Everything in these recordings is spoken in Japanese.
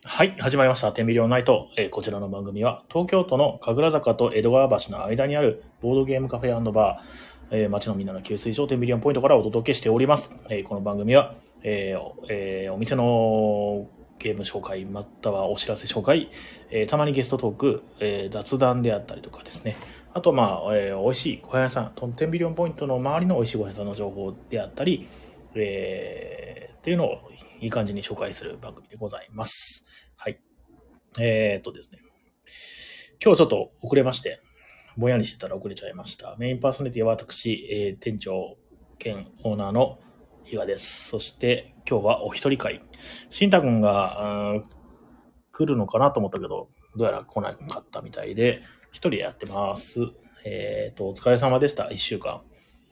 はい、始まりました。テンビリオンナイト。こちらの番組は、東京都の神楽坂と江戸川橋の間にあるボードゲームカフェ&バー、街のみんなの給水所テンビリオンポイントからお届けしております。この番組は、お店のゲーム紹介、またはお知らせ紹介、たまにゲストトーク、雑談であったりとかですね。あと、美味しいご飯屋さん、テンビリオンポイントの周りの美味しいご飯屋さんの情報であったり、っていうのをいい感じに紹介する番組でございます。はい。ですね。今日ちょっと遅れまして、ぼんやりしてたら遅れちゃいました。メインパーソナリティは私、店長兼オーナーの比嘉です。そして今日はお一人会。しんたくんが来るのかなと思ったけど、どうやら来なかったみたいで、一人でやってます。お疲れ様でした。一週間。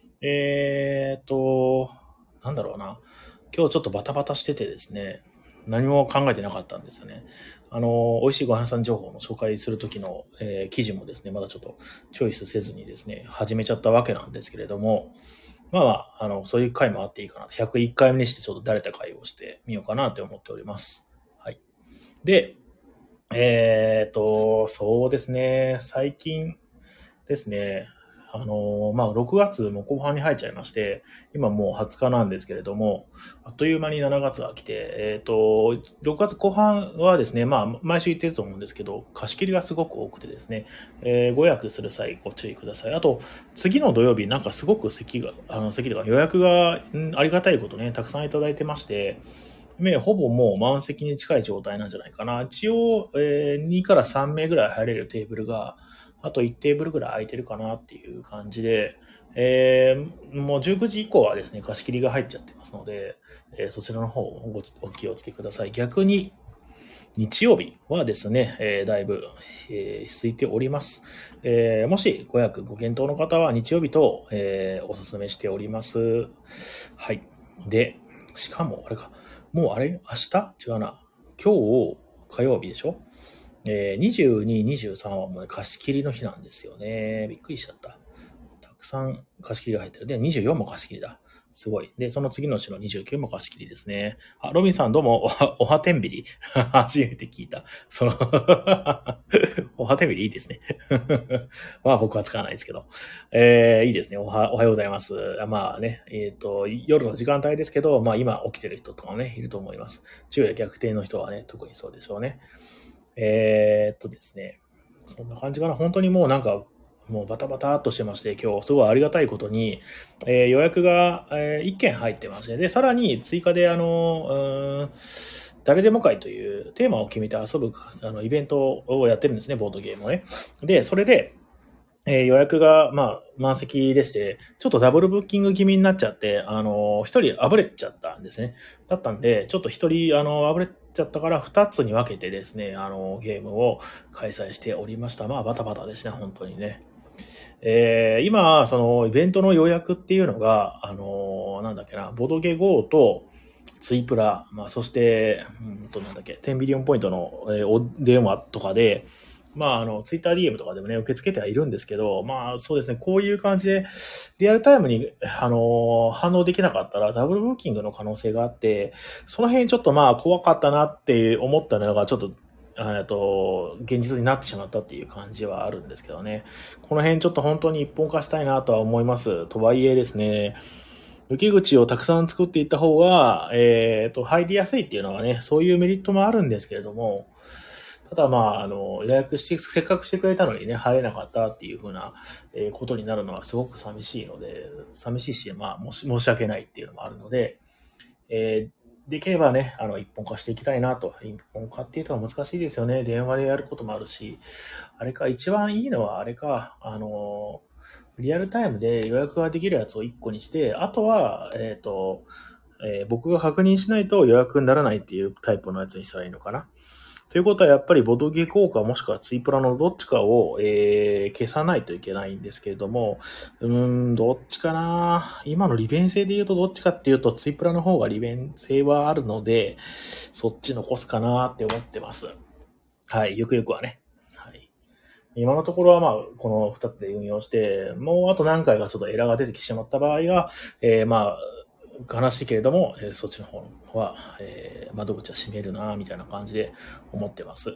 なんだろうな。今日ちょっとバタバタしててですね、何も考えてなかったんですよね。美味しいご飯屋さん情報の紹介するときの、記事もですね、まだちょっとチョイスせずにですね、始めちゃったわけなんですけれども、そういう回もあっていいかなと。101回目にしてちょっと誰た回をしてみようかなと思っております。はい。で、そうですね、最近ですね、6月も後半に入っちゃいまして、今もう20日なんですけれども、あっという間に7月が来て、6月後半はですね、毎週言ってると思うんですけど、貸し切りがすごく多くてですね、ご予約する際ご注意ください。あと、次の土曜日、なんかすごく席とか予約が、ありがたいことね、たくさんいただいてまして、ほぼもう満席に近い状態なんじゃないかな。一応、2から3名ぐらい入れるテーブルが、あと1テーブルぐらい空いてるかなっていう感じで、もう19時以降はですね、貸し切りが入っちゃってますので、そちらの方をお気をつけください。逆に、日曜日はですね、だいぶ、空いております。もしご予約ご検討の方は日曜日と、お勧めしております。はい。で、しかも、あれか、もうあれ明日違うな。今日、火曜日でしょ22、23はもうね、貸し切りの日なんですよね。びっくりしちゃった。たくさん貸し切りが入ってる。で、24も貸し切りだ。すごい。で、その次の週の29も貸し切りですね。あ、ロビンさんどうも、おはてんびり。初めて聞いた。おはてんびりいいですね。僕は使わないですけど。いいですね。おはようございます。夜の時間帯ですけど、今起きてる人とかもね、いると思います。昼夜逆転の人はね、特にそうでしょうね。ですね。そんな感じかな。本当にもうなんか、もうバタバタっとしてまして、今日すごいありがたいことに、予約が、1件入ってまして、で、さらに追加で誰でも会というテーマを決めて遊ぶイベントをやってるんですね、ボードゲームをね。で、それで、予約が、満席でして、ちょっとダブルブッキング気味になっちゃって、一人あぶれちゃったんですね。だったんで、ちょっと一人、あぶれちゃったから二つに分けてですね、ゲームを開催しておりました。バタバタですね、本当にね。今、そのイベントの予約っていうのが、ボドゲ GO とツイプラ、そして、10ビリオンポイントの、お電話とかで、ツイッター DM とかでもね、受け付けてはいるんですけど、そうですね、こういう感じで、リアルタイムに、反応できなかったら、ダブルブッキングの可能性があって、その辺ちょっと怖かったなって思ったのが、ちょっと、現実になってしまったっていう感じはあるんですけどね。この辺ちょっと本当に一本化したいなとは思います。とはいえですね、受け口をたくさん作っていった方が、入りやすいっていうのはね、そういうメリットもあるんですけれども、ただ予約して、せっかくしてくれたのにね、入れなかったっていう風な、ことになるのはすごく寂しいので、寂しいし、申し訳ないっていうのもあるので、できればね、一本化していきたいなと。一本化っていうと難しいですよね。電話でやることもあるし、あれか、一番いいのはあれか、リアルタイムで予約ができるやつを1個にして、あとは、僕が確認しないと予約にならないっていうタイプのやつにしたらいいのかな。ということはやっぱりボドゲ効果もしくはツイプラのどっちかを、消さないといけないんですけれども、どっちかな。今の利便性で言うとどっちかっていうとツイプラの方が利便性はあるので、そっち残すかなって思ってます。はい、ゆくゆくはね。はい。今のところはこの2つで運用して、もうあと何回かちょっとエラーが出てきてしまった場合は、 悲しいけれども、そっちの方は、窓口は閉めるな、みたいな感じで思ってます。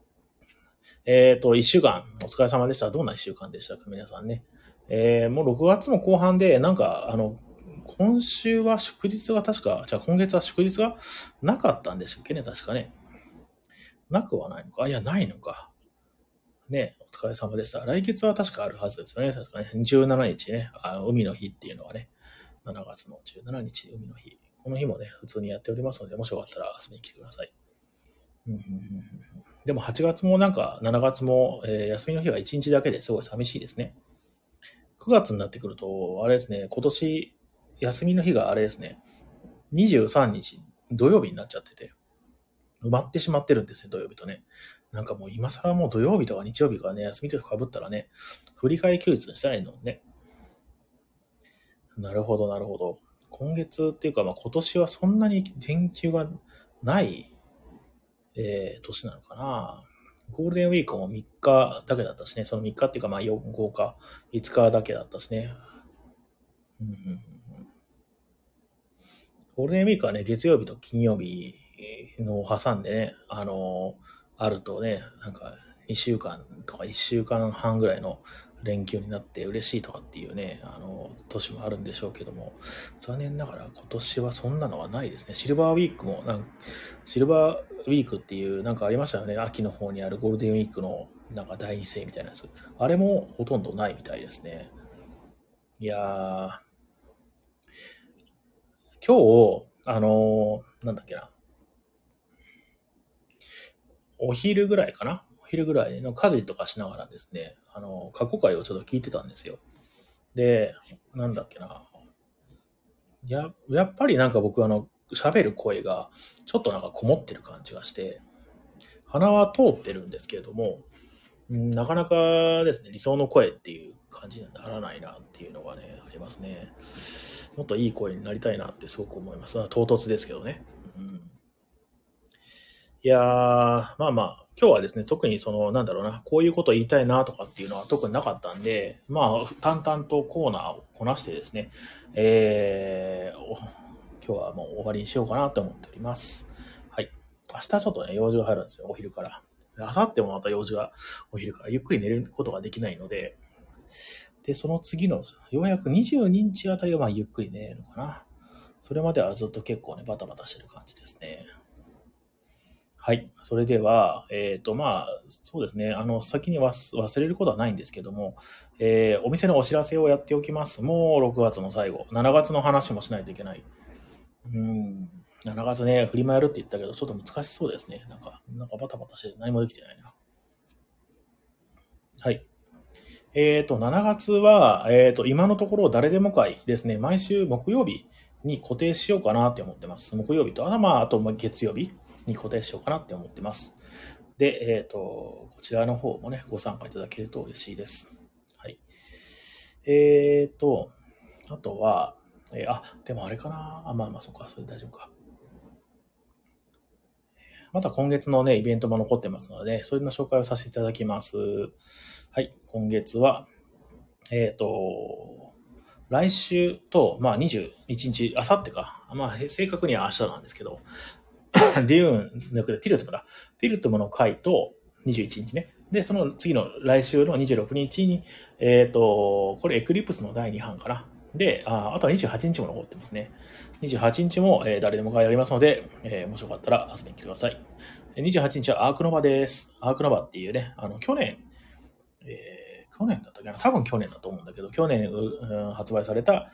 一週間、お疲れ様でした。どんな一週間でしたか、皆さんね。もう6月も後半で、なんか、今週は祝日が確か、じゃあ今月は祝日がなかったんでしたっけね、確かね。なくはないのか。いや、ないのか。ね、お疲れ様でした。来月は確かあるはずですよね。確かね。17日ね、海の日っていうのはね、7月の17日、海の日。この日もね、普通にやっておりますので、もしよかったら遊びに来てください。でも8月もなんか7月も、休みの日は1日だけですごい寂しいですね。9月になってくると、あれですね、今年休みの日があれですね、23日土曜日になっちゃってて、埋まってしまってるんですね、土曜日とね。なんかもう今更もう土曜日とか日曜日がね、休みとか被ったらね、振り替え休日にしたらいいのね。なるほど、なるほど。今月っていうか、まあ今年はそんなに連休がない、年なのかな。ゴールデンウィークも3日だけだったしね、その3日っていうか、まあ4、5日、5日だけだったしね。ゴールデンウィークはね、月曜日と金曜日のを挟んでね、あるとね、なんか2週間とか1週間半ぐらいの連休になって嬉しいとかっていうね、年もあるんでしょうけども、残念ながら今年はそんなのはないですね。シルバーウィークもシルバーウィークっていうなんかありましたよね。秋の方にあるゴールデンウィークのなんか第二声みたいなやつ。あれもほとんどないみたいですね。いやー、今日、なんだっけな、お昼ぐらいかな、お昼ぐらいの家事とかしながらですね、過去回をちょっと聞いてたんですよ。で、なんだっけな。やっぱりなんか僕喋る声がちょっとなんかこもってる感じがして、鼻は通ってるんですけれども、なかなかですね、理想の声っていう感じにはならないなっていうのがね、ありますね。もっといい声になりたいなってすごく思います。唐突ですけどね。いやー、まあまあ、今日はですね、特になんだろうな、こういうこと言いたいなとかっていうのは特になかったんで、まあ、淡々とコーナーをこなしてですね、今日はもう終わりにしようかなと思っております。はい。明日ちょっとね、用事が入るんですよ、お昼から。明後日もまた用事がお昼から、ゆっくり寝ることができないので、で、その次の、ようやく22日あたりはまあゆっくり寝れるのかな。それまではずっと結構ね、バタバタしてる感じですね。はい。それでは、まあ、そうですね。先に忘れることはないんですけども、お店のお知らせをやっておきます。もう6月の最後。7月の話もしないといけない。7月ね、振り回るって言ったけど、ちょっと難しそうですね。なんかバタバタして何もできてないな。はい。7月は、今のところ誰でも会ですね。毎週木曜日に固定しようかなって思ってます。木曜日と、あと月曜日に固定しようかなって思ってます。で、こちらの方もね、ご参加いただけると嬉しいです。はい。あとは、でもあれかな。まあまあ、そっか、それ大丈夫か。また今月のね、イベントも残ってますので、それの紹介をさせていただきます。はい、今月は、来週と、まあ21日、あさってか。まあ正確には明日なんですけど、デューンの役でティルトかな。ティルトもの回と21日ね。で、その次の来週の26日に、これエクリプスの第2版かな。で、あとは28日も残ってますね。28日も、誰でも会やりますので、もしよかったら遊びに来てください。28日はアークノバです。アークノバっていうね、去年だったっけな、多分去年だと思うんだけど、去年、発売された、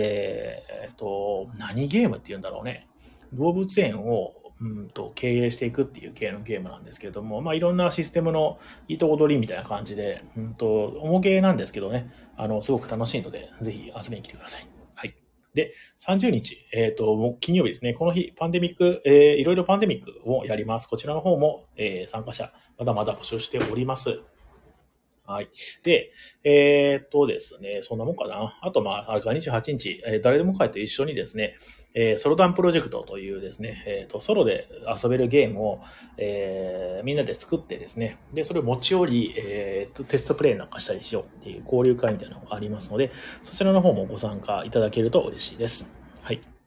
何ゲームって言うんだろうね。動物園を、経営していくっていう系のゲームなんですけれども、まあ、いろんなシステムのいいとこ取りみたいな感じで、重ゲーなんですけどね、すごく楽しいので、ぜひ遊びに来てください。はい。で、30日、金曜日ですね。この日、パンデミック、いろいろパンデミックをやります。こちらの方も、参加者、まだまだ募集しております。はい。で、ですね、そんなもんかな。あと、あれか28日、誰でも会と一緒にですね、ソロダンプロジェクトというですね、ソロで遊べるゲームを、みんなで作ってですね、で、それを持ち寄り、テストプレイなんかしたりしようっていう交流会みたいなのがありますので、そちらの方もご参加いただけると嬉しいです。はい。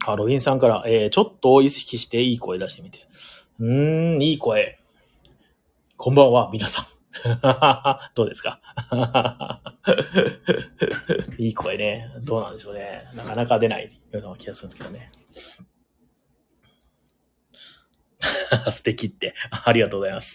ロビンさんから、ちょっと意識していい声出してみて。いい声。こんばんは、皆さん。どうですか？いい声ね。どうなんでしょうね。なかなか出ないような気がするんですけどね。素敵って。ありがとうございます。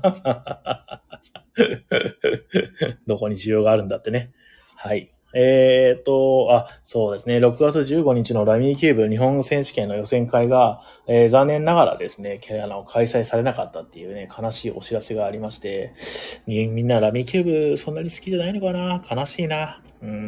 どこに需要があるんだってね。はい。そうですね。6月15日のラミーキューブ日本選手権の予選会が、残念ながらですね、開催されなかったっていうね、悲しいお知らせがありまして、みんなラミーキューブそんなに好きじゃないのかな？悲しいな。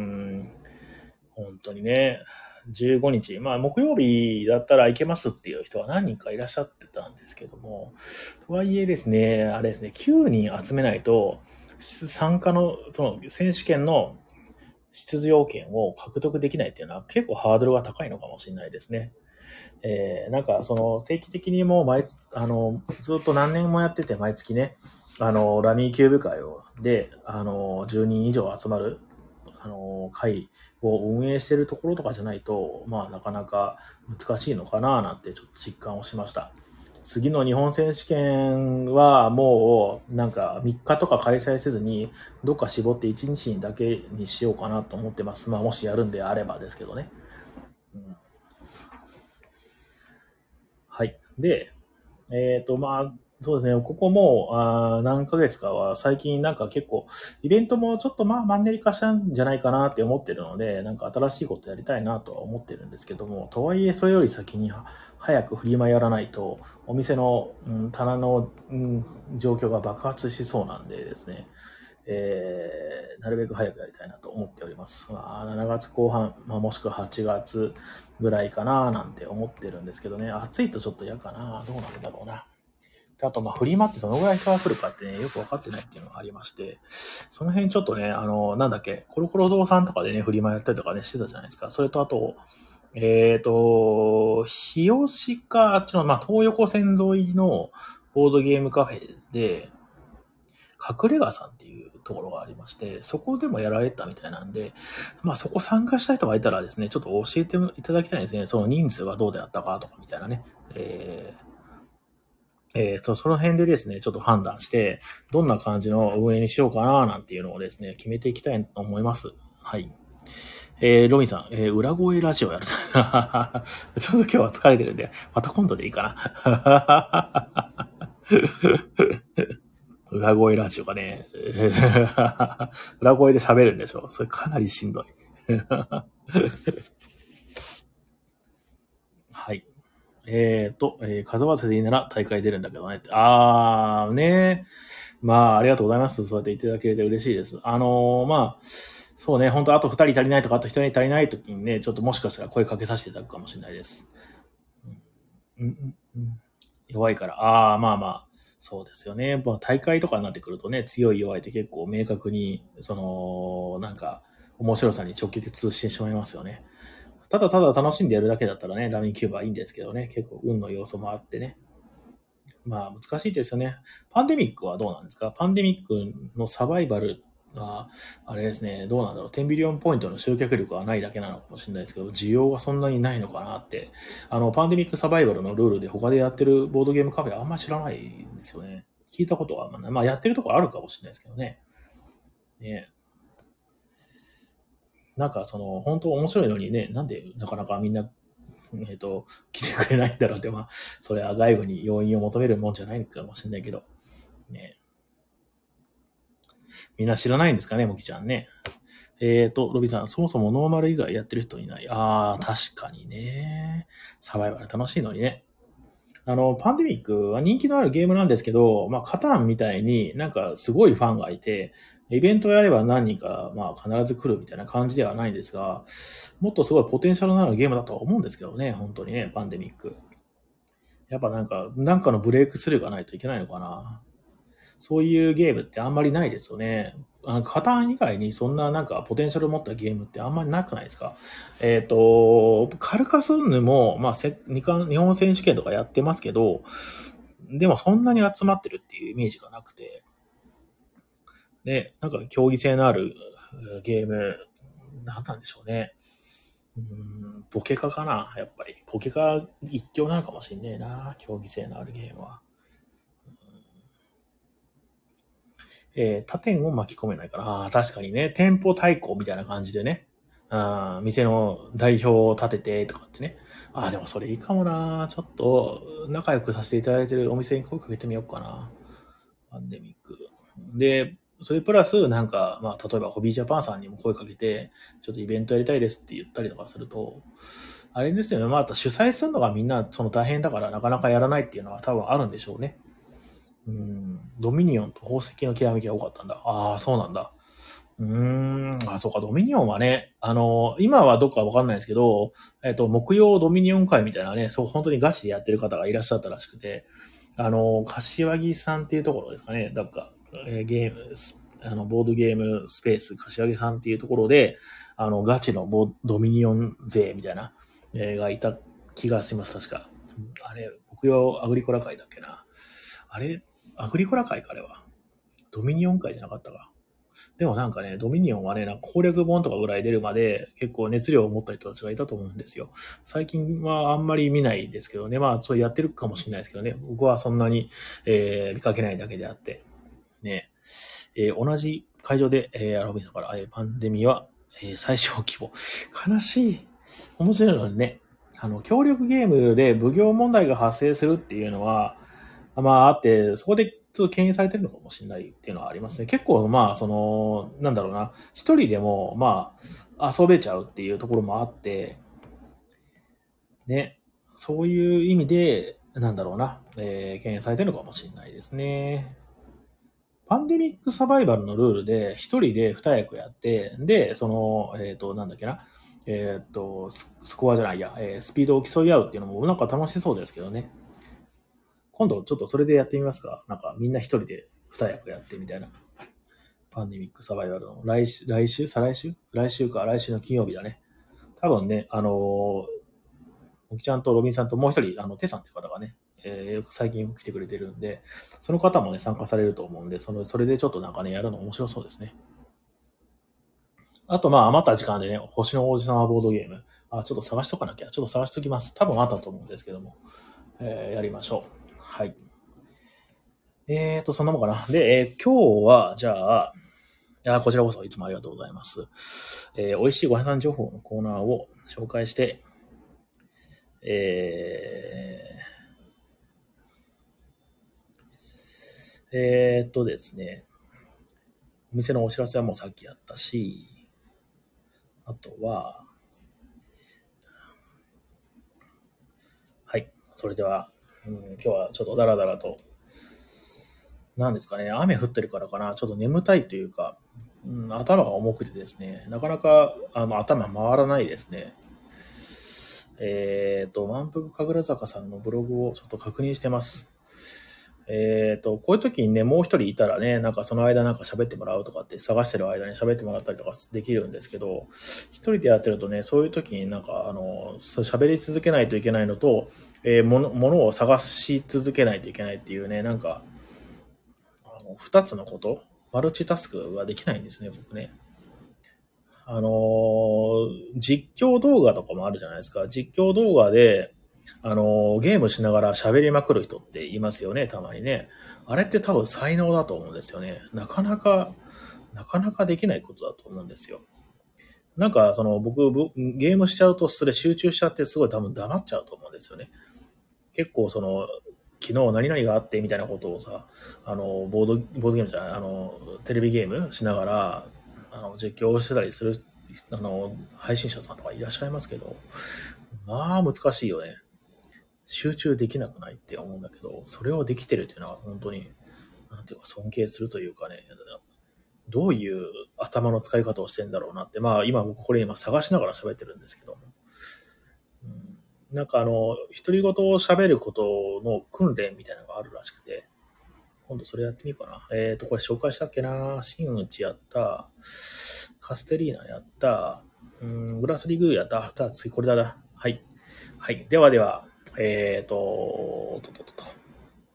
本当にね。15日、まあ木曜日だったら行けますっていう人は何人かいらっしゃってたんですけども、とはいえですね、あれですね、9人集めないと、参加の、その選手権の出場権を獲得できないっていうのは結構ハードルが高いのかもしれないですね。なんかその定期的にもうずっと何年もやってて毎月ね、ラミーキューブ会で、10人以上集まる、会を運営してるところとかじゃないと、まあなかなか難しいのかななんてちょっと実感をしました。次の日本選手権はもうなんか3日とか開催せずにどっか絞って1日にだけにしようかなと思ってます。まあもしやるんであればですけどね。はい。で、まあ、そうですね。ここも何ヶ月かは最近なんか結構イベントもちょっとまあマンネリ化したんじゃないかなって思ってるので、なんか新しいことやりたいなとは思ってるんですけども、とはいえそれより先に早くフリマやらないとお店の、棚の、状況が爆発しそうなんでですね、なるべく早くやりたいなと思っております。まあ、7月後半、もしくは8月ぐらいかななんて思ってるんですけどね、暑いとちょっと嫌かな。どうなるんだろうな。あと、フリマってどのぐらい人が来るかってね、よくわかってないっていうのがありまして、その辺ちょっとね、なんだっけ、コロコロ堂さんとかでね、フリマやったりとかね、してたじゃないですか。それとあと、日吉か、あっちの、東横線沿いのボードゲームカフェで、隠れ家さんっていうところがありまして、そこでもやられたみたいなんで、そこ参加した人がいたらですね、ちょっと教えていただきたいんですね。その人数がどうであったかとかみたいなね。その辺でですね、ちょっと判断して、どんな感じの運営にしようかななんていうのをですね、決めていきたいと思います。はい。ロミンさん、裏声ラジオやると。ちょっと今日は疲れてるんで、また今度でいいかな。裏声ラジオがね、裏声で喋るんでしょ。それかなりしんどい。はい。数合わせでいいなら大会出るんだけどね。ね。ありがとうございます。そうやっていただけると嬉しいです。そうね、本当あと2人足りないとか、あと1人足りないときにね、ちょっともしかしたら声かけさせていただくかもしれないです。弱いから。そうですよね。大会とかになってくるとね、強い弱いって結構明確に、面白さに直結してしまいますよね。ただただ楽しんでやるだけだったらね、ラミーキューブはいいんですけどね、結構運の要素もあってね。難しいですよね。パンデミックはどうなんですか？パンデミックのサバイバルは、あれですね、どうなんだろう。10ビリオンポイントの集客力はないだけなのかもしれないですけど、需要がそんなにないのかなって。パンデミックサバイバルのルールで他でやってるボードゲームカフェあんま知らないんですよね。聞いたことは、やってるところあるかもしれないですけどね。ね。本当面白いのにね、なんでなかなかみんな来てくれないんだろうって、それは外部に要因を求めるもんじゃないかもしれないけど、ね。みんな知らないんですかね、もきちゃんね。ロビさん、そもそもノーマル以外やってる人いない。確かにね。サバイバル楽しいのにね。パンデミックは人気のあるゲームなんですけど、カタンみたいになんかすごいファンがいて、イベントやれば何人か、必ず来るみたいな感じではないんですが、もっとすごいポテンシャルのあるゲームだとは思うんですけどね、本当にね、パンデミック。やっぱなんかのブレイクスルーがないといけないのかな。そういうゲームってあんまりないですよね。カタン以外にそんななんかポテンシャルを持ったゲームってあんまりなくないですか？カルカソンヌも、日本選手権とかやってますけど、でもそんなに集まってるっていうイメージがなくて、で、なんか競技性のあるゲーム、なんなんでしょうね。 ポケカかなやっぱり。ポケカ一強なのかもしんねえな。競技性のあるゲームは。他店を巻き込めないから。ああ、確かにね。店舗対抗みたいな感じでね。店の代表を立ててとかってね。でもそれいいかもな。ちょっと仲良くさせていただいてるお店に声かけてみようかな。パンデミック。で、それプラス、なんか、例えばホビージャパンさんにも声かけて、ちょっとイベントやりたいですって言ったりとかすると、あれですよね。あと主催するのがみんなその大変だからなかなかやらないっていうのは多分あるんでしょうね。ドミニオンと宝石のきらめきが多かったんだ。そうなんだ。そうか、ドミニオンはね、今はどっかわかんないですけど、木曜ドミニオン会みたいなね、本当にガチでやってる方がいらっしゃったらしくて、柏木さんっていうところですかね、なんか、ゲーム、ボードゲームスペース、柏木さんっていうところで、ガチのドミニオン勢みたいな、がいた気がします、確か。あれ、木曜アグリコラ会だっけな。あれ、アグリコラ会か、あれは。ドミニオン会じゃなかったか。でもなんかね、ドミニオンはね、なんか攻略本とかぐらい出るまで結構熱量を持った人たちがいたと思うんですよ。最近はあんまり見ないですけどね、そうやってるかもしれないですけどね、僕はそんなに、見かけないだけであって。ね、同じ会場で、アラビさんから、パンデミは、最小規模。悲しい。面白いのにね、協力ゲームで奉行問題が発生するっていうのは、あって、そこでちょっと敬遠されてるのかもしれないっていうのはありますね。結構、なんだろうな、一人でも、遊べちゃうっていうところもあって、ね、そういう意味で、なんだろうな、敬遠されてるのかもしれないですね。パンデミックサバイバルのルールで、一人で二役やって、で、なんだっけな、スコアじゃないや、スピードを競い合うっていうのも、なんか楽しそうですけどね。今度ちょっとそれでやってみますか。なんかみんな一人で二役やってみたいな。パンデミックサバイバルの来週か、来週の金曜日だね。多分ね、おきちゃんとロビンさんともう一人、テさんっていう方がね、最近よく来てくれてるんで、その方もね、参加されると思うんで、それでちょっとなんかね、やるの面白そうですね。あと、余った時間でね、星の王子様ボードゲーム。ちょっと探しとかなきゃ。ちょっと探しときます。多分あったと思うんですけども。やりましょう。はい。そんなもんかな。で、今日は、じゃあ、こちらこそいつもありがとうございます。美味しいご飯屋さん情報のコーナーを紹介して、ですね、お店のお知らせはもうさっきやったし、あとは、はい、それでは、今日はちょっとダラダラと、なんですかね、雨降ってるからかな、ちょっと眠たいというか、頭が重くてですね、なかなか頭回らないですね。満腹神楽坂さんのブログをちょっと確認してます。こういう時にね、もう一人いたらね、なんかその間なんか喋ってもらうとかって探してる間に喋ってもらったりとかできるんですけど、一人でやってるとね、そういう時になんか喋り続けないといけないのと、物を探し続けないといけないっていうね、なんか、二つのこと、マルチタスクはできないんですね、僕ね。実況動画とかもあるじゃないですか。実況動画で、ゲームしながら喋りまくる人っていますよね、たまにね。あれって多分才能だと思うんですよね。なかなかできないことだと思うんですよ。なんか、僕、ゲームしちゃうと、それ集中しちゃって、すごい多分黙っちゃうと思うんですよね。結構、昨日何々があってみたいなことをさ、ボードゲームじゃない、テレビゲームしながら、実況をしてたりする、配信者さんとかいらっしゃいますけど、難しいよね。集中できなくないって思うんだけど、それをできてるっていうのは本当に、なんていうか尊敬するというかね、どういう頭の使い方をしてんだろうなって、今僕これ今探しながら喋ってるんですけども、なんか独り言を喋ることの訓練みたいなのがあるらしくて、今度それやってみようかな。これ紹介したっけな、真打ちやった、カステリーナやった、グラスリグーやった、次これだな。はい。はい。ではでは、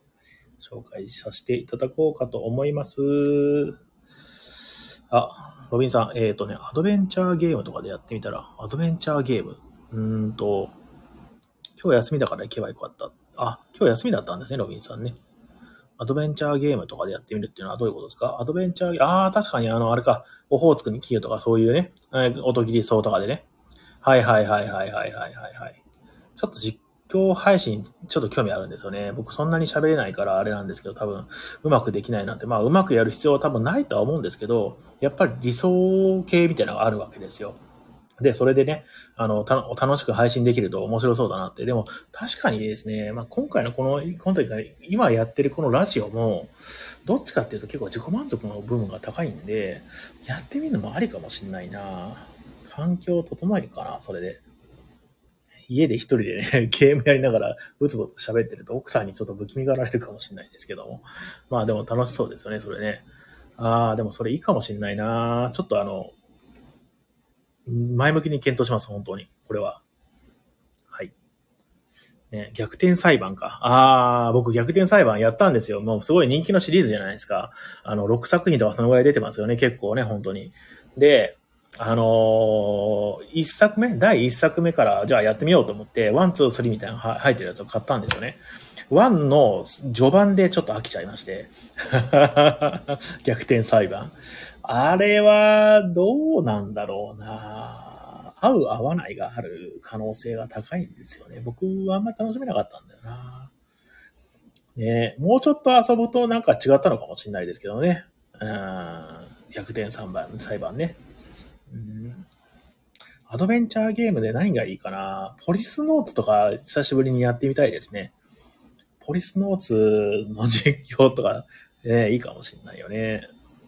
紹介させていただこうかと思います。 ロビンさん、アドベンチャーゲームとかでやってみたら、アドベンチャーゲーム。今日休みだから行けばよかった。あ、今日休みだったんですね、ロビンさんね。アドベンチャーゲームとかでやってみるっていうのはどういうことですか？アドベンチャー、確かにあれか、オホーツクに消えとかそういうね、音切りそうとかでね。はいはいはいはいはいはいはい。ちょっと実況配信、ちょっと興味あるんですよね。僕そんなに喋れないからあれなんですけど、多分うまくできないなんて、うまくやる必要は多分ないとは思うんですけど、やっぱり理想形みたいなのがあるわけですよ。で、それでね、楽しく配信できると面白そうだなって。でも、確かにですね、今回のこの時か、今やってるこのラジオも、どっちかっていうと結構自己満足の部分が高いんで、やってみるのもありかもしれないな。環境を整えるかな、それで。家で一人でね、ゲームやりながらブツブツ喋ってると奥さんにちょっと不気味がられるかもしれないですけども。でも楽しそうですよね、それね。でもそれいいかもしれないな。ちょっと前向きに検討します、本当に。これは。はい。ね、逆転裁判か。僕逆転裁判やったんですよ。もうすごい人気のシリーズじゃないですか。6作品とかそのぐらい出てますよね、結構ね、本当に。で、1作目、第1作目から、じゃあやってみようと思って、1、2、3みたいなの入ってるやつを買ったんですよね。1の序盤でちょっと飽きちゃいまして。逆転裁判。あれは、どうなんだろうな。合う合わないがある可能性が高いんですよね。僕はあんま楽しめなかったんだよな。ね、もうちょっと遊ぶとなんか違ったのかもしれないですけどね。逆転裁判ね。アドベンチャーゲームで何がいいかな。ポリスノーツとか久しぶりにやってみたいですね。ポリスノーツの実況とか、いいかもしれないよね。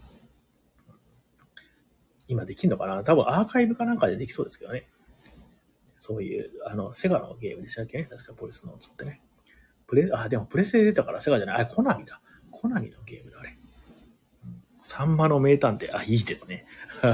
今できんのかな？多分アーカイブかなんかでできそうですけどね。そういう、セガのゲームでしたっけね？確かポリスノーツってね。でもプレステで出たからセガじゃない。コナミだ。コナミのゲームだ、あれ。サンマの名探偵。いいですね。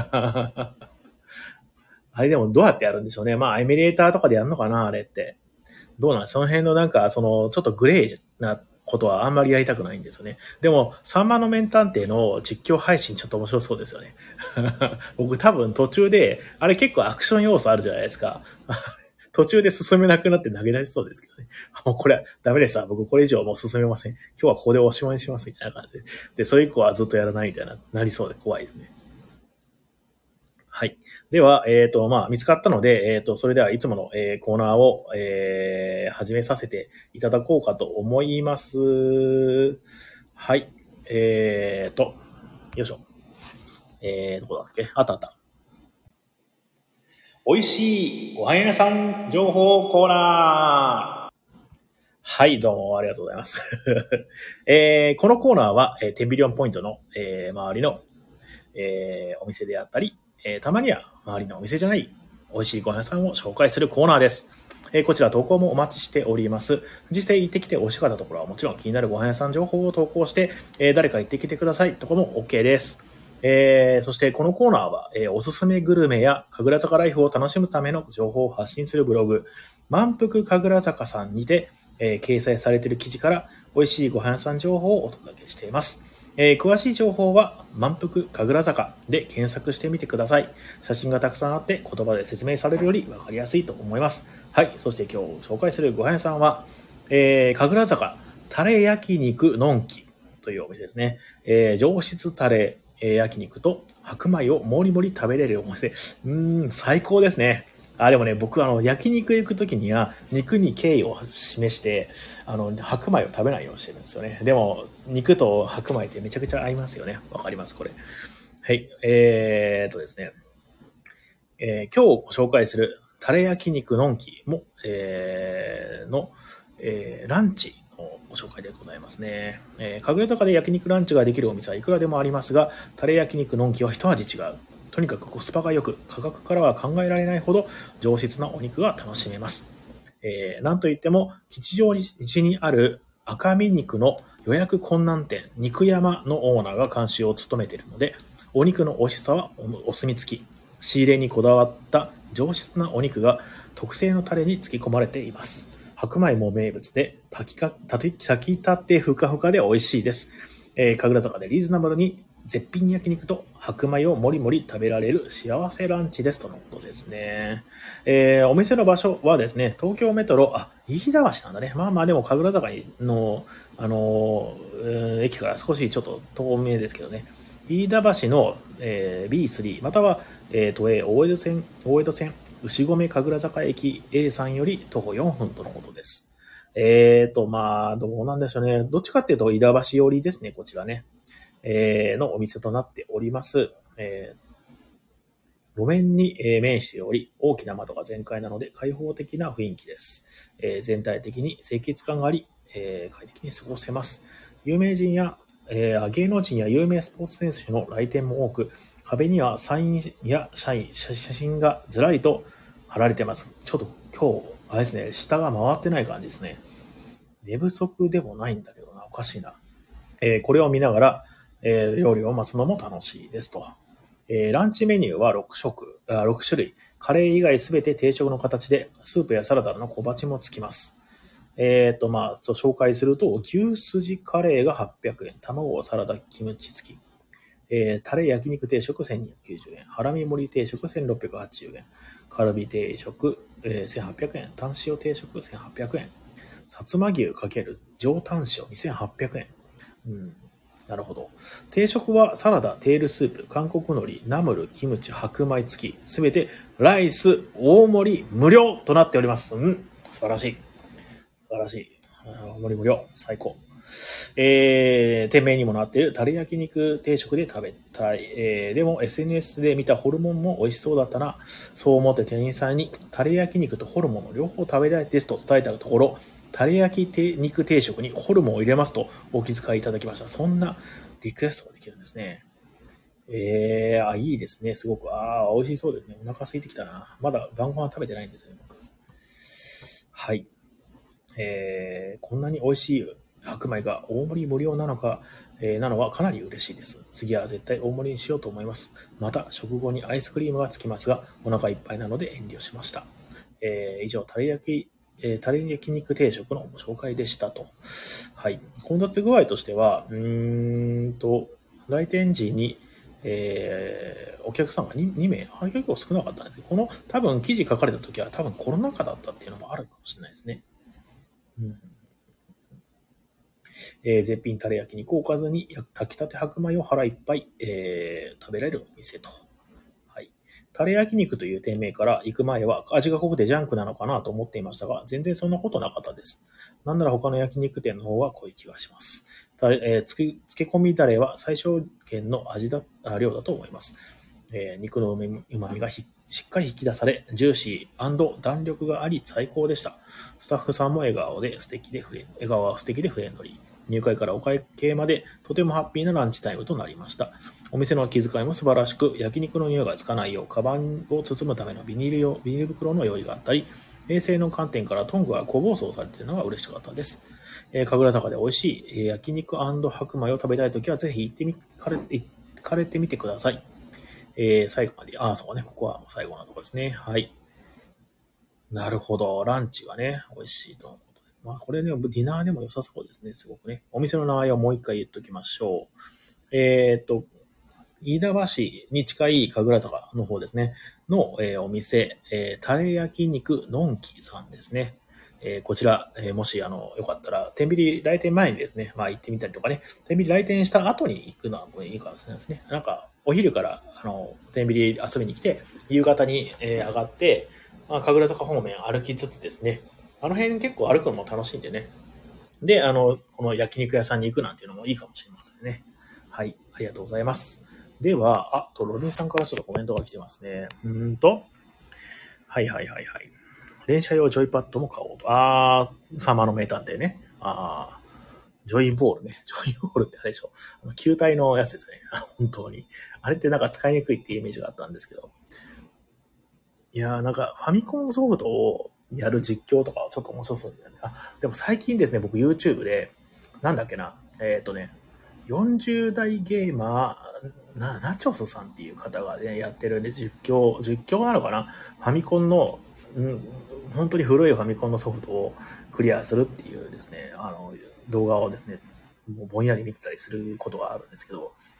あれでもどうやってやるんでしょうね。エミュレーターとかでやるのかな、あれって。どうなん？その辺のちょっとグレーなことはあんまりやりたくないんですよね。でも、サンマの名探偵の実況配信ちょっと面白そうですよね。僕多分途中で、あれ結構アクション要素あるじゃないですか。途中で進めなくなって投げ出しそうですけどね。もうこれはダメですわ。僕これ以上もう進めません。今日はここでおしまいにしますみたいな感じで。で、それ以降はずっとやらないみたいなりそうで怖いですね。はい。では、見つかったので、それではいつもの、コーナーを、始めさせていただこうかと思います。はい。よいしょ。どこだっけ？あった。美味しいごはん屋さん情報コーナー。はい、どうもありがとうございます。このコーナーは、10ビリオンポイントの、周りの、お店であったり、たまには周りのお店じゃない美味しいご飯屋さんを紹介するコーナーです。こちら投稿もお待ちしております。実際行ってきて美味しかったところはもちろん気になるご飯屋さん情報を投稿して、誰か行ってきてくださいところも OK です。そしてこのコーナーは、おすすめグルメや神楽坂ライフを楽しむための情報を発信するブログ、満腹神楽坂さんにて、掲載されている記事から美味しいご飯屋さん情報をお届けしています。詳しい情報は満腹神楽坂で検索してみてください。写真がたくさんあって言葉で説明されるより分かりやすいと思います。はい。そして今日紹介するご飯屋さんは、神楽坂タレ焼肉のんきというお店ですね。上質タレ焼肉と白米をもりもり食べれるお店。最高ですね。でもね、僕焼肉行くときには肉に敬意を示して、白米を食べないようにしてるんですよね。でも、肉と白米ってめちゃくちゃ合いますよね。わかります、これ。はい。ですね。今日ご紹介するタレ焼肉のんきも、ランチのご紹介でございますね。神楽坂で焼肉ランチができるお店はいくらでもありますが、タレ焼肉のんきは一味違う。とにかくコスパが良く、価格からは考えられないほど上質なお肉が楽しめます。なんといっても、吉祥寺にある赤身肉の予約困難店、肉山のオーナーが監修を務めているので、お肉の美味しさはお墨付き。仕入れにこだわった上質なお肉が特製のタレに漬け込まれています。白米も名物で、炊きたてふかふかで美味しいです。神楽坂でリーズナブルに絶品焼肉と白米をもりもり食べられる幸せランチですとのことですね。お店の場所はですね、東京メトロ、飯田橋なんだね。まあまあでも神楽坂の、駅から少しちょっと遠めですけどね。飯田橋の、B3、または、大江戸線、牛込神楽坂駅 A さんより徒歩4分とのことです。まあ、どうなんでしょうね。どっちかっていうと、飯田橋寄りですね、こちらね。のお店となっております。路面に面しており、大きな窓が全開なので開放的な雰囲気です。全体的に清潔感があり、快適に過ごせます。有名人や、芸能人や有名スポーツ選手の来店も多く、壁にはサインや写真がずらりと貼られています。ちょっと今日、あれですね、下が回ってない感じですね。寝不足でもないんだけどな、おかしいな。これを見ながら、料理を待つのも楽しいですと。ランチメニューは6種類。カレー以外すべて定食の形で、スープやサラダの小鉢もつきます。紹介すると、牛すじカレーが800円、卵、サラダ、キムチ付き。タレ焼肉定食1290円、ハラミ盛り定食1680円、カルビ定食、1800円、タン塩定食1800円、薩摩牛×上タン塩2800円。なるほど。定食はサラダ、テールスープ、韓国海苔、ナムル、キムチ、白米付き、すべてライス、大盛り、無料となっております。素晴らしい。素晴らしい。大盛り無料。最高。店名にもなっているタレ焼肉定食で食べたい。でも SNS で見たホルモンも美味しそうだったな。そう思って店員さんにタレ焼肉とホルモンの両方食べたいですと伝えたところ、タレ焼き肉定食にホルモンを入れますとお気遣いいただきました。そんなリクエストができるんですね。いいですね。すごく。美味しそうですね。お腹空いてきたな。まだ晩ご飯食べてないんですね、僕。はい。こんなに美味しい白米が大盛り無料なのか、なのはかなり嬉しいです。次は絶対大盛りにしようと思います。また、食後にアイスクリームがつきますが、お腹いっぱいなので遠慮しました。以上、タレ焼肉定食のご紹介でしたと。はい。混雑具合としては、来店時に、お客さんが 2名、結構少なかったんですけど、この多分記事書かれた時は多分コロナ禍だったっていうのもあるかもしれないですね。絶品タレ焼肉をおかずに炊きたて白米を腹いっぱい、食べられるお店と。はい。タレ焼肉という店名から行く前は味が濃くてジャンクなのかなと思っていましたが、全然そんなことなかったです。なんなら他の焼肉店の方が濃い気がします。漬け込みタレは最小限の量だと思います。肉の旨味がしっかり引き出され、ジューシー&弾力があり最高でした。スタッフさんも笑顔は素敵でフレンドリー。入会からお会計までとてもハッピーなランチタイムとなりました。お店の気遣いも素晴らしく、焼肉の匂いがつかないよう、カバンを包むためのビニール袋の用意があったり、衛生の観点からトングが個包装されているのが嬉しかったです。神楽坂で美味しい焼肉&白米を食べたいときはぜひ行かれてみてください。最後まで、そうね、ここは最後のところですね。はい。なるほど。ランチはね、美味しいと思うことです。まあ、これね、ディナーでも良さそうですね、すごくね。お店の名前をもう一回言っときましょう。飯田橋に近い神楽坂の方ですね、の、お店、タレ焼肉のんきさんですね。こちら、もし、よかったら、天秤来店前にですね、行ってみたりとかね、天秤来店した後に行くのはいいかもしれないですね。なんか、お昼から、天秤遊びに来て、夕方に、上がって、神楽坂方面歩きつつですね、あの辺結構歩くのも楽しいんでね。で、この焼肉屋さんに行くなんていうのもいいかもしれませんね。はい、ありがとうございます。では、ロビンさんからちょっとコメントが来てますね。はいはいはいはい。連射用ジョイパッドも買おうと。サマーの名探偵ね。ジョイボールね。ジョイボールってあれでしょ。球体のやつですね。本当に。あれってなんか使いにくいっていうイメージがあったんですけど。いやーなんかファミコンソフトをやる実況とかはちょっと面白そうですよね。でも最近ですね、僕 YouTube で、なんだっけな、40代ゲーマー、ナチョスさんっていう方がね、やってるんで、実況なのかな、ファミコンの、本当に古いファミコンのソフトをクリアするっていうですね、動画をですね、もうぼんやり見てたりすることがあるんですけど、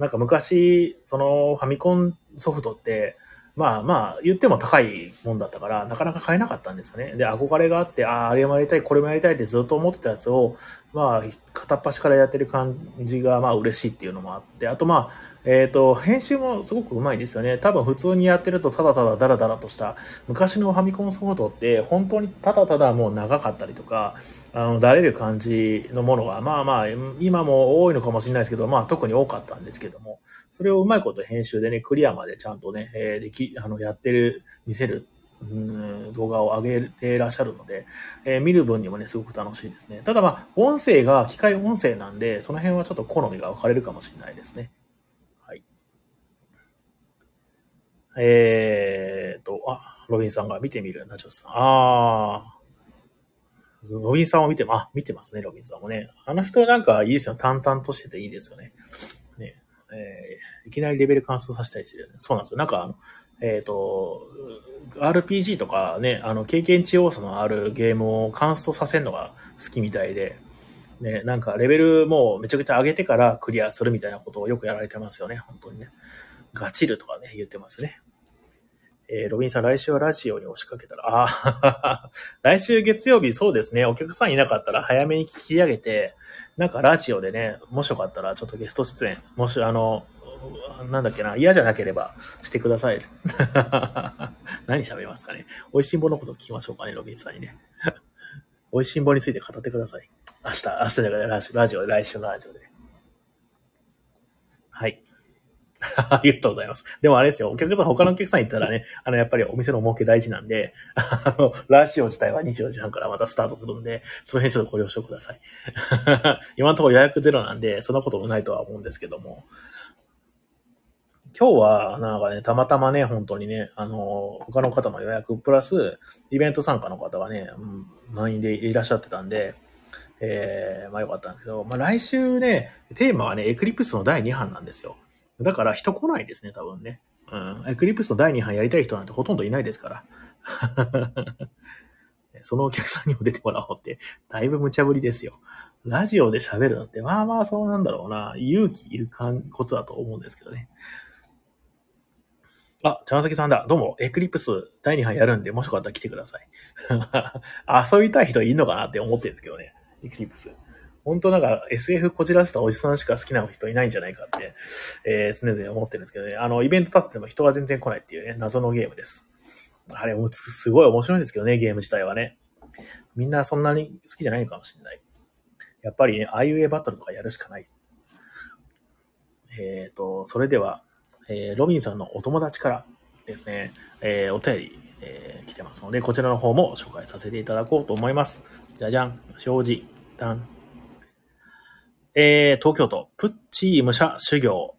なんか昔、そのファミコンソフトって、まあまあ、言っても高いもんだったから、なかなか買えなかったんですよね。で、憧れがあって、あれもやりたい、これもやりたいってずっと思ってたやつを、まあ、片っ端からやってる感じが、まあ、嬉しいっていうのもあって、あとまあ、編集もすごくうまいですよね。多分普通にやってるとただただダラダラとした昔のファミコンソフトって本当にただただもう長かったりとか、だれる感じのものがまあまあ今も多いのかもしれないですけど、まあ特に多かったんですけども、それをうまいこと編集でね、クリアまでちゃんとね、やってる、見せる動画を上げていらっしゃるので、見る分にもね、すごく楽しいですね。ただまあ、音声が機械音声なんで、その辺はちょっと好みが分かれるかもしれないですね。はい。ロビンさんが見てみる、ナチョスさん。ロビンさんを見てますね、ロビンさんもね。あの人なんかいいですよ。淡々としてていいですよね。ねいきなりレベル乾燥させたりするよね。そうなんですよ。なんかRPG とかね、経験値要素のあるゲームを乾燥させるのが好きみたいで、ね、なんかレベルもめちゃくちゃ上げてからクリアするみたいなことをよくやられてますよね、本当にね。ガチルとかね、言ってますね。ロビンさん、来週はラジオに押しかけたら、来週月曜日、そうですね、お客さんいなかったら早めに聞き上げて、なんかラジオでね、もしよかったらちょっとゲスト出演、もしなんだっけな、嫌じゃなければしてください。何喋りますかね。美味しんぼのこと聞きましょうかね、ロビンさんにね。美味しんぼについて語ってください。明日じゃない、ラジオで、来週のラジオで。はい。ありがとうございます。でもあれですよ、他のお客さん行ったらね、やっぱりお店の儲け大事なんで、ラジオ自体は24時半からまたスタートするんで、その辺ちょっとご了承ください。今のところ予約ゼロなんで、そんなこともないとは思うんですけども、今日は、なんかね、たまたまね、本当にね、他の方の予約、プラス、イベント参加の方がね、満員でいらっしゃってたんで、まあよかったんですけど、まあ来週ね、テーマはね、エクリプスの第2版なんですよ。だから人来ないですね、多分ね。エクリプスの第2版やりたい人なんてほとんどいないですから。そのお客さんにも出てもらおうって、だいぶ無茶ぶりですよ。ラジオで喋るのって、まあまあそうなんだろうな。勇気いることだと思うんですけどね。茶崎さんだ。どうも、エクリプス第2版やるんで、もしよかったら来てください。遊びたい人いるのかなって思ってるんですけどね。エクリプス。本当なんか SF こじらせたおじさんしか好きな人いないんじゃないかって、常々思ってるんですけどね。イベント立ってても人が全然来ないっていうね、謎のゲームです。あれ、すごい面白いんですけどね、ゲーム自体はね。みんなそんなに好きじゃないのかもしれない。やっぱりね、IUA バトルとかやるしかない。それでは、ロビンさんのお友達からですね、お便り、来てますので、こちらの方も紹介させていただこうと思います。じゃじゃん、正直、ダン。東京都、プッチー武者修行、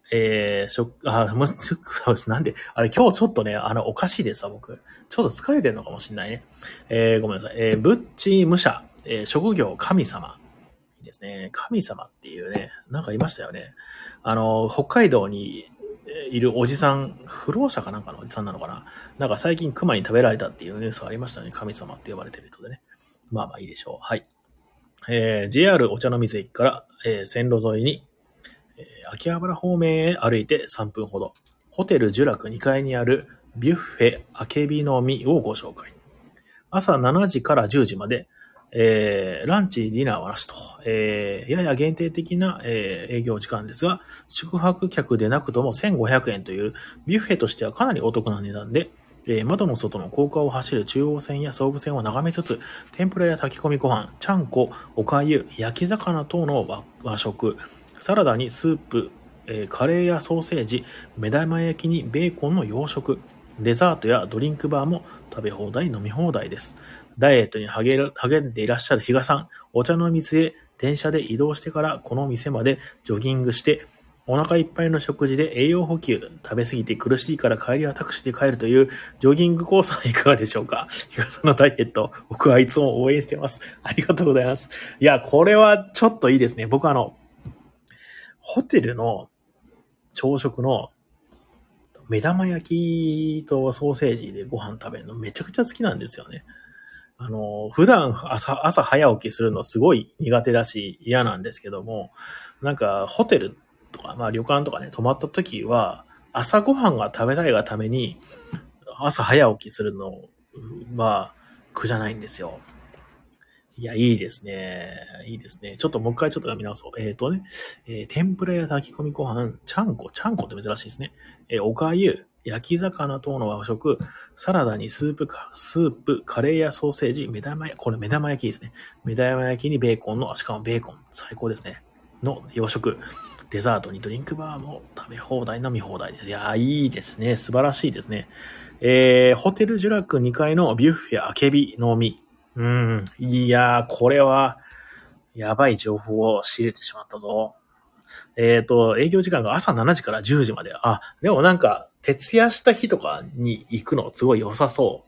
なんで、あれ今日ちょっとね、おかしいですわ、僕。ちょっと疲れてるのかもしれないね。ごめんなさい。ブッチー武者、職業神様。ですね。神様っていうね、なんかいましたよね。北海道にいるおじさん、不老者かなんかのおじさんなのかな。なんか最近熊に食べられたっていうニュースありましたね。神様って呼ばれてる人でね。まあまあいいでしょう。はい。JR お茶の水駅から、線路沿いに、秋葉原方面へ歩いて3分ほど。ホテル呪楽2階にあるビュッフェあけびの実をご紹介。朝7時から10時まで、ランチ、ディナーはなしと、やや限定的な、営業時間ですが、宿泊客でなくとも1500円というビュッフェとしてはかなりお得な値段で、窓の外の高架を走る中央線や総武線を眺めつつ、天ぷらや炊き込みご飯、ちゃんこ、おかゆ、焼き魚等の和食、サラダにスープ、カレーやソーセージ、目玉焼きにベーコンの洋食、デザートやドリンクバーも食べ放題飲み放題です。ダイエットに励んでいらっしゃる比嘉さん、お茶の水へ電車で移動してからこの店までジョギングして、お腹いっぱいの食事で栄養補給、食べ過ぎて苦しいから帰りはタクシーで帰るというジョギングコースはいかがでしょうか。比嘉さんのダイエット、僕はいつも応援してます。ありがとうございます。いや、これはちょっといいですね。僕ホテルの朝食の目玉焼きとソーセージでご飯食べるのめちゃくちゃ好きなんですよね。普段朝早起きするのすごい苦手だし嫌なんですけども、なんかホテルとか、まあ旅館とかね、泊まった時は、朝ごはんが食べたいがために、朝早起きするのは苦じゃないんですよ。いや、いいですね。いいですね。ちょっともう一回ちょっと見直そう。天ぷらや炊き込みご飯、ちゃんこって珍しいですね。おかゆ、焼き魚等の和食、サラダにスープ、カレーやソーセージ、これ目玉焼きですね。目玉焼きにベーコンの、しかもベーコン、最高ですね。の洋食。デザートにドリンクバーも食べ放題飲み放題です。いやー、いいですね。素晴らしいですね。ホテルジュラク2階のビュッフェあけびのみ。いやー、これは、やばい情報を仕入れてしまったぞ。営業時間が朝7時から10時まで。あ、でもなんか、徹夜した日とかに行くのすごい良さそう。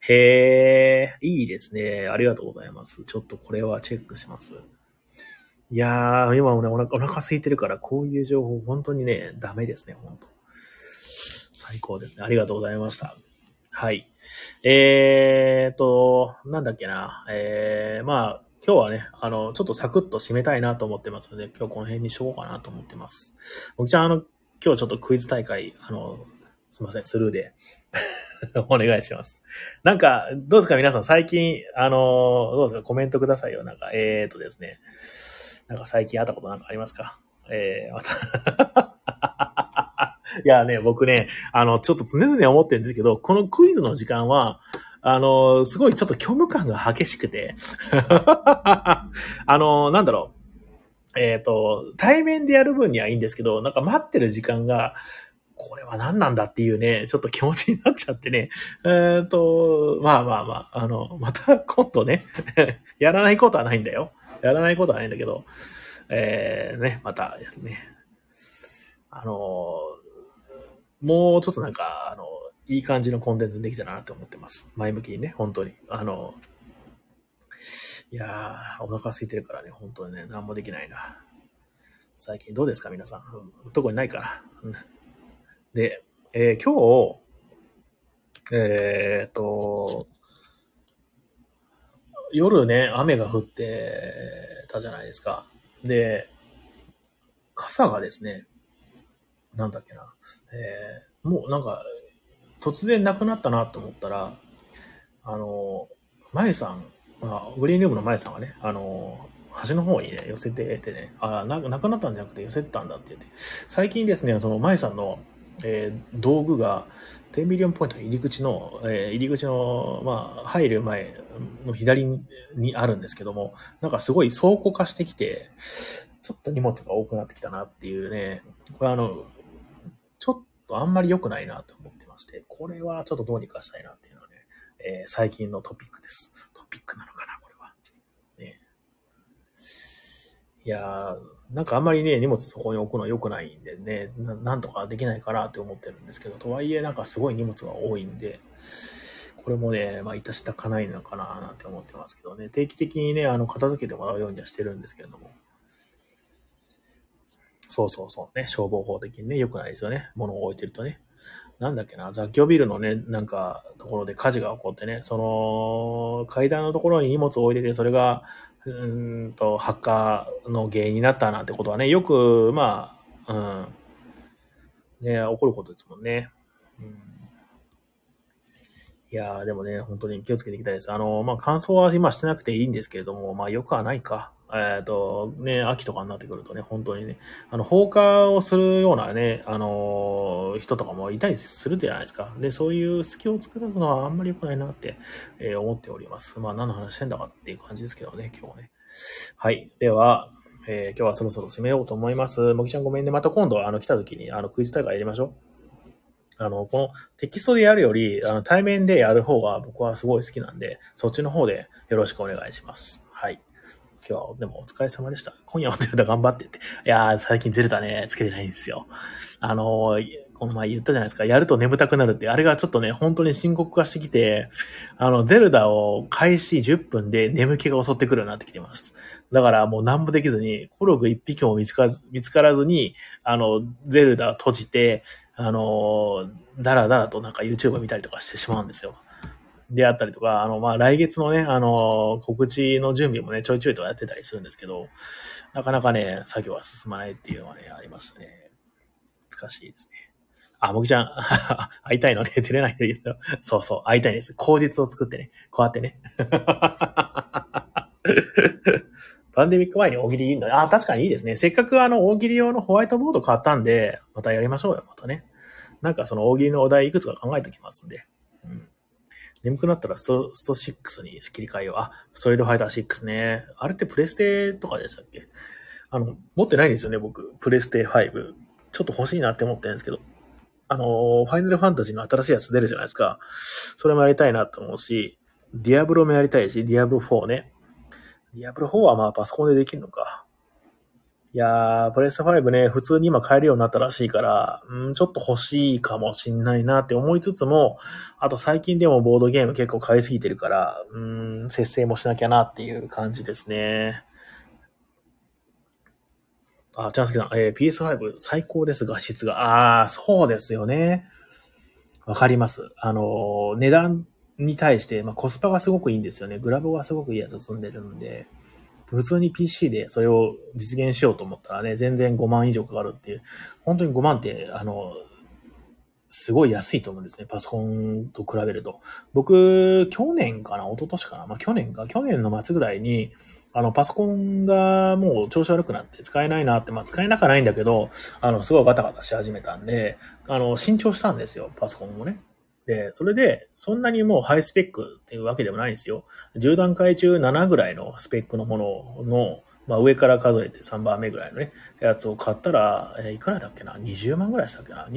へー、いいですね。ありがとうございます。ちょっとこれはチェックします。いやー、今もね、お腹空いてるから、こういう情報本当にね、ダメですね、本当。最高ですね。ありがとうございました。はい。なんだっけな。まあ、今日はね、ちょっとサクッと締めたいなと思ってますので、今日この辺にしようかなと思ってます。僕ちゃん、今日ちょっとクイズ大会、すいません、スルーでお願いします。なんか、どうですか皆さん、最近、どうですかコメントくださいよ。なんか、ですね。なんか最近会ったことなんかありますかまたいやね、僕ね、ちょっと常々思ってるんですけど、このクイズの時間は、すごいちょっと虚無感が激しくて、なんだろう。対面でやる分にはいいんですけど、なんか待ってる時間が、これは何なんだっていうね、ちょっと気持ちになっちゃってね。まあまあまあ、また今度ね、やらないことはないんだよ。やらないことはないんだけど、ね、また、ね、もうちょっとなんか、いい感じのコンテンツにできたらなと思ってます。前向きにね、本当に。いやー、お腹空いてるからね、本当にね、何もできないな。最近どうですか、皆さん。特にないかな。で、今日、夜ね、雨が降ってたじゃないですか。で、傘がですね、なんだっけな、もうなんか、突然なくなったなと思ったら、まゆさん、グリーンルームのまゆさんがね、端の方にね、寄せててね、なくなったんじゃなくて寄せてたんだって言って、最近ですね、そのまゆさんの、道具が、10ミリオンポイントの入り口の、まあ、入る前の左にあるんですけども、なんかすごい倉庫化してきて、ちょっと荷物が多くなってきたなっていうね、これちょっとあんまり良くないなと思ってまして、これはちょっとどうにかしたいなっていうのはね、最近のトピックです。トピックなのかな、これは。ね、いやー、なんかあんまりね、荷物そこに置くのは良くないんでね、なんとかできないかなって思ってるんですけど、とはいえなんかすごい荷物が多いんで、これもね、まあ、致したかないのかななんて思ってますけどね、定期的にね、片付けてもらうようにはしてるんですけれども、そうね、消防法的にね、良くないですよね。物を置いてるとね。なんだっけな、雑居ビルのね、なんか、ところで火事が起こってね、その、階段のところに荷物を置いてて、それが、発火の原因になったなんてことはね、よく、まあ、ね、起こることですもんね。いやー、でもね、本当に気をつけていきたいです。まあ、乾燥は今してなくていいんですけれども、まあ、よくはないか。ね、秋とかになってくるとね、本当にね、放火をするようなね、人とかもいたりするじゃないですか。で、そういう隙を作るのはあんまり良くないなって、思っております。まあ、何の話してんだかっていう感じですけどね、今日はね。はい。では、今日はそろそろ締めようと思います。もきちゃんごめんね。また今度、来た時に、クイズ大会やりましょう。このテキストでやるより、対面でやる方が僕はすごい好きなんで、そっちの方でよろしくお願いします。はい。今日はでもお疲れ様でした。今夜もゼルダ頑張ってって。いやー、最近ゼルダね、つけてないんですよ。この前言ったじゃないですか。やると眠たくなるって。あれがちょっとね、本当に深刻化してきて、ゼルダを開始10分で眠気が襲ってくるようになってきてます。だからもう何もできずに、コログ一匹も見つからずに、ゼルダ閉じて、だらだらとなんか YouTube 見たりとかしてしまうんですよ。 であったりとか、来月のね、告知の準備もね、ちょいちょいとやってたりするんですけど、なかなかね、作業が進まないっていうのはね、ありますね。難しいですね。もぎちゃん、会いたいのね、出れないんだけど、そうそう、会いたいんです。口実を作ってね、こうやってね。パンデミック前に大喜利いいんだ。確かにいいですね。せっかく大喜利用のホワイトボード買ったんで、またやりましょうよ、またね。なんかその大喜利のお題いくつか考えておきますんで。うん。眠くなったらスト6に切り替えよう。ストリートファイター6ね。あれってプレステとかでしたっけ？持ってないんですよね、僕。プレステ5。ちょっと欲しいなって思ってるんですけど。ファイナルファンタジーの新しいやつ出るじゃないですか。それもやりたいなと思うし、ディアブロもやりたいし、ディアブロ4ね。ディアブロ4はまあパソコンでできるのか。いやー、プレステ5ね、普通に今買えるようになったらしいから、ちょっと欲しいかもしんないなって思いつつも、あと最近でもボードゲーム結構買いすぎてるから、節制もしなきゃなっていう感じですね。チャンスケさん、PS5 最高です、画質が。そうですよね。わかります。値段に対して、コスパがすごくいいんですよね。グラボがすごくいいやつ積んでるんで、普通に PC でそれを実現しようと思ったらね、全然5万以上かかるっていう。本当に5万って、すごい安いと思うんですね。パソコンと比べると。僕、去年かな一昨年かな去年の末ぐらいに、パソコンがもう調子悪くなって使えないなって、使えなくはないんだけど、すごいガタガタし始めたんで、新調したんですよ、パソコンをね。で、それで、そんなにもうハイスペックっていうわけでもないんですよ。10段階中7ぐらいのスペックのものの、上から数えて3番目ぐらいのね、やつを買ったら、いくらだっけな ?20 万ぐらいしたっけな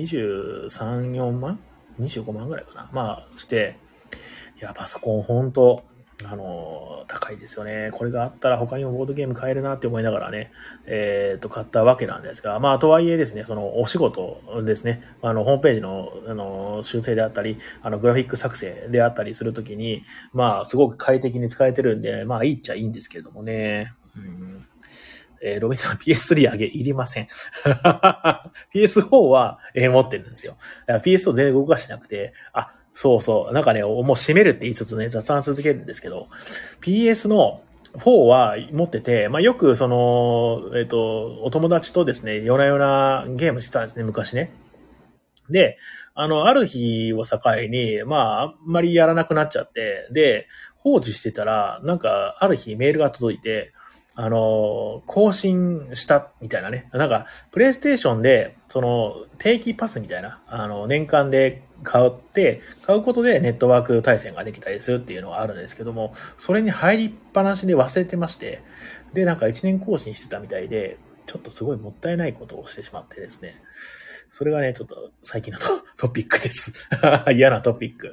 ?23、4万 ?25 万ぐらいかなして、いや、パソコンほんと、高いですよね。これがあったら他にもボードゲーム買えるなって思いながらね、買ったわけなんですが、とはいえですね、そのお仕事ですね、ホームページの、修正であったり、グラフィック作成であったりするときに、すごく快適に使えてるんで、いいっちゃいいんですけれどもね。ロビンさん PS3 上げいりません。PS4 は、持ってるんですよ。PS を全然動かしてなくて、そうそう。なんかね、もう閉めるって言いつつね、雑談続けるんですけど、PS の4は持ってて、よくその、お友達とですね、夜な夜なゲームしてたんですね、昔ね。で、ある日を境に、あんまりやらなくなっちゃって、で、放置してたら、なんか、ある日メールが届いて、更新したみたいなね。なんか、プレイステーションで、その、定期パスみたいな、年間で買うことでネットワーク対戦ができたりするっていうのがあるんですけども、それに入りっぱなしで忘れてまして、で、なんか1年更新してたみたいで、ちょっとすごいもったいないことをしてしまってですね。それがね、ちょっと最近のトピックです。嫌なトピック。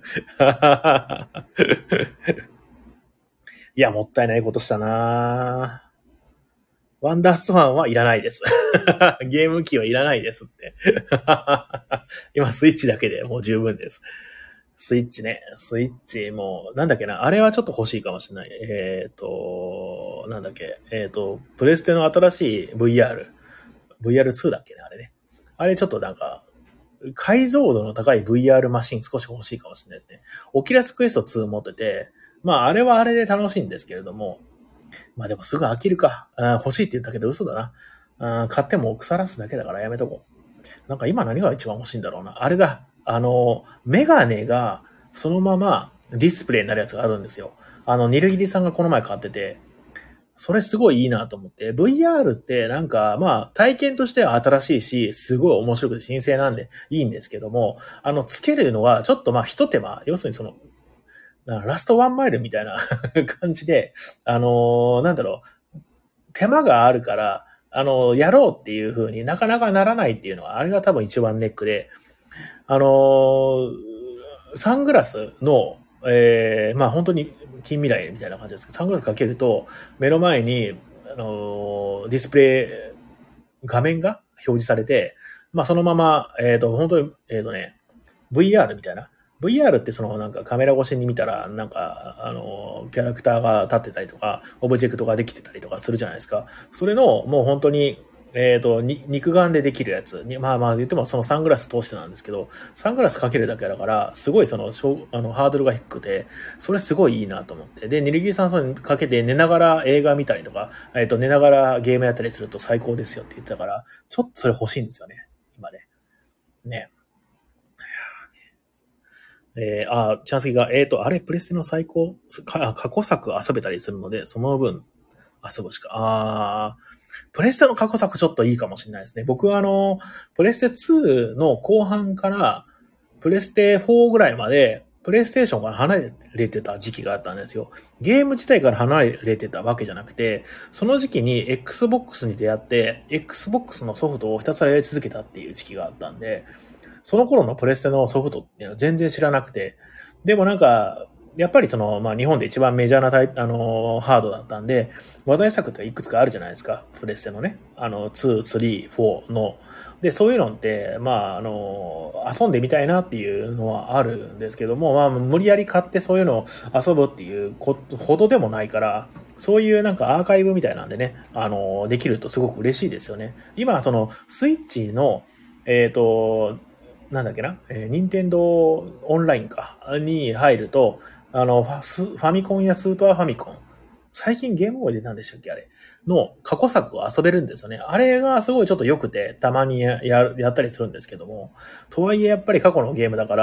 いや、もったいないことしたなぁ。ワンダースワンはいらないです。ゲーム機はいらないですって。今スイッチだけでもう十分です。スイッチね。スイッチもう、なんだっけな。あれはちょっと欲しいかもしれない。なんだっけ。プレステの新しい VR。VR2 だっけね、あれね。あれちょっとなんか、解像度の高い VR マシン少し欲しいかもしれないですね。オキュラスクエスト2持ってて、あれはあれで楽しいんですけれども、でもすぐ飽きるか。欲しいって言ったけど嘘だな。買っても腐らすだけだからやめとこう。なんか今何が一番欲しいんだろうな。あれだ。メガネがそのままディスプレイになるやつがあるんですよ。ニルギリさんがこの前買ってて、それすごいいいなと思って。VR ってなんか、体験としては新しいし、すごい面白くて新鮮なんでいいんですけども、つけるのはちょっと一手間。要するにその、ラストワンマイルみたいな感じで、なんだろう、手間があるから、やろうっていう風になかなかならないっていうのは、あれが多分一番ネックで、サングラスの、本当に近未来みたいな感じですけど、サングラスかけると、目の前に、ディスプレイ、画面が表示されて、そのまま、本当に、VR みたいな。VR ってそのなんかカメラ越しに見たら、なんか、キャラクターが立ってたりとか、オブジェクトができてたりとかするじゃないですか。それの、もう本当に、 肉眼でできるやつに、まあまあ言ってもそのサングラス通してなんですけど、サングラスかけるだけだから、すごいハードルが低くて、それすごいいいなと思って。で、ニルギーさんそれかけて寝ながら映画見たりとか、寝ながらゲームやったりすると最高ですよって言ってたから、ちょっとそれ欲しいんですよね。今ね。ね。チャンスキが、あれ、プレステの最高過去作遊べたりするので、その分遊ぶしか。プレステの過去作ちょっといいかもしれないですね。僕はプレステ2の後半からプレステ4ぐらいまでプレイステーションから離れてた時期があったんですよ。ゲーム自体から離れてたわけじゃなくて、その時期に Xbox に出会って、Xbox のソフトをひたすらやり続けたっていう時期があったんで、その頃のプレステのソフトっていうのは全然知らなくて、でもなんか、やっぱり日本で一番メジャーなハードだったんで、話題作っていくつかあるじゃないですか。プレステのね。2、3、4の。で、そういうのって、遊んでみたいなっていうのはあるんですけども、無理やり買ってそういうのを遊ぶっていうほどでもないから、そういうなんかアーカイブみたいなんでね、できるとすごく嬉しいですよね。今、スイッチの、なんだっけな、任天堂オンラインに入ると、ファミコンやスーパーファミコン、最近ゲームボーイで何でしたっけあれの過去作を遊べるんですよね。あれがすごいちょっと良くて、たまにやったりするんですけども、とはいえやっぱり過去のゲームだから、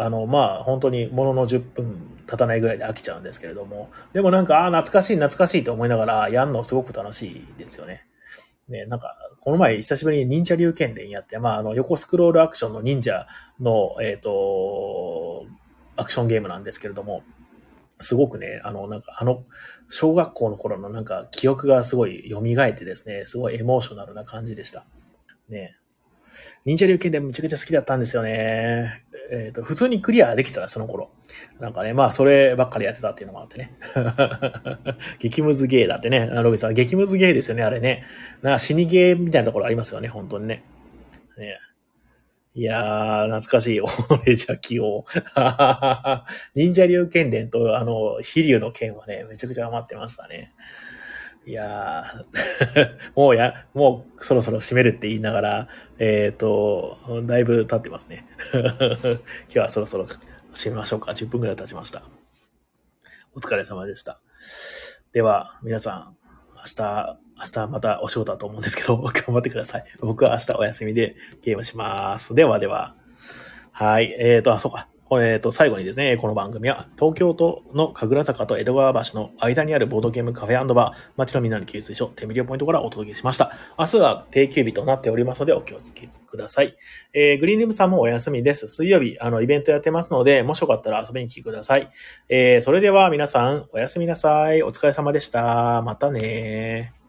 本当にものの10分経たないぐらいで飽きちゃうんですけれども、でもなんか、懐かしいと思いながらやるのすごく楽しいですよね。ね、なんか、この前久しぶりに忍者龍剣伝やって、横スクロールアクションの忍者の、アクションゲームなんですけれども、すごくね、小学校の頃のなんか記憶がすごい蘇ってですね、すごいエモーショナルな感じでした。ね。忍者龍剣伝めちゃくちゃ好きだったんですよね。普通にクリアできたらその頃。なんかね、そればっかりやってたっていうのもあってね。激ムズゲーだってね、ロビさん、激ムズゲーですよね、あれね。なんか死にゲーみたいなところありますよね、本当にね。ねいやー、懐かしい。俺じゃキオ。忍者龍剣伝と、飛竜の剣はね、めちゃくちゃ余ってましたね。いやー、もうそろそろ閉めるって言いながら、だいぶ経ってますね。今日はそろそろ閉めましょうか。10分くらい経ちました。お疲れ様でした。では、皆さん、明日またお仕事だと思うんですけど、頑張ってください。僕は明日お休みでゲームします。ではでは。はい。そうか。最後にですね、この番組は、東京都の神楽坂と江戸川橋の間にあるボードゲームカフェ&バー、街のみんなの給水所、手ミリオポイントからお届けしました。明日は定休日となっておりますので、お気をつけください。グリーンルームさんもお休みです。水曜日、イベントやってますので、もしよかったら遊びに来てください。それでは皆さん、おやすみなさい。お疲れ様でした。またね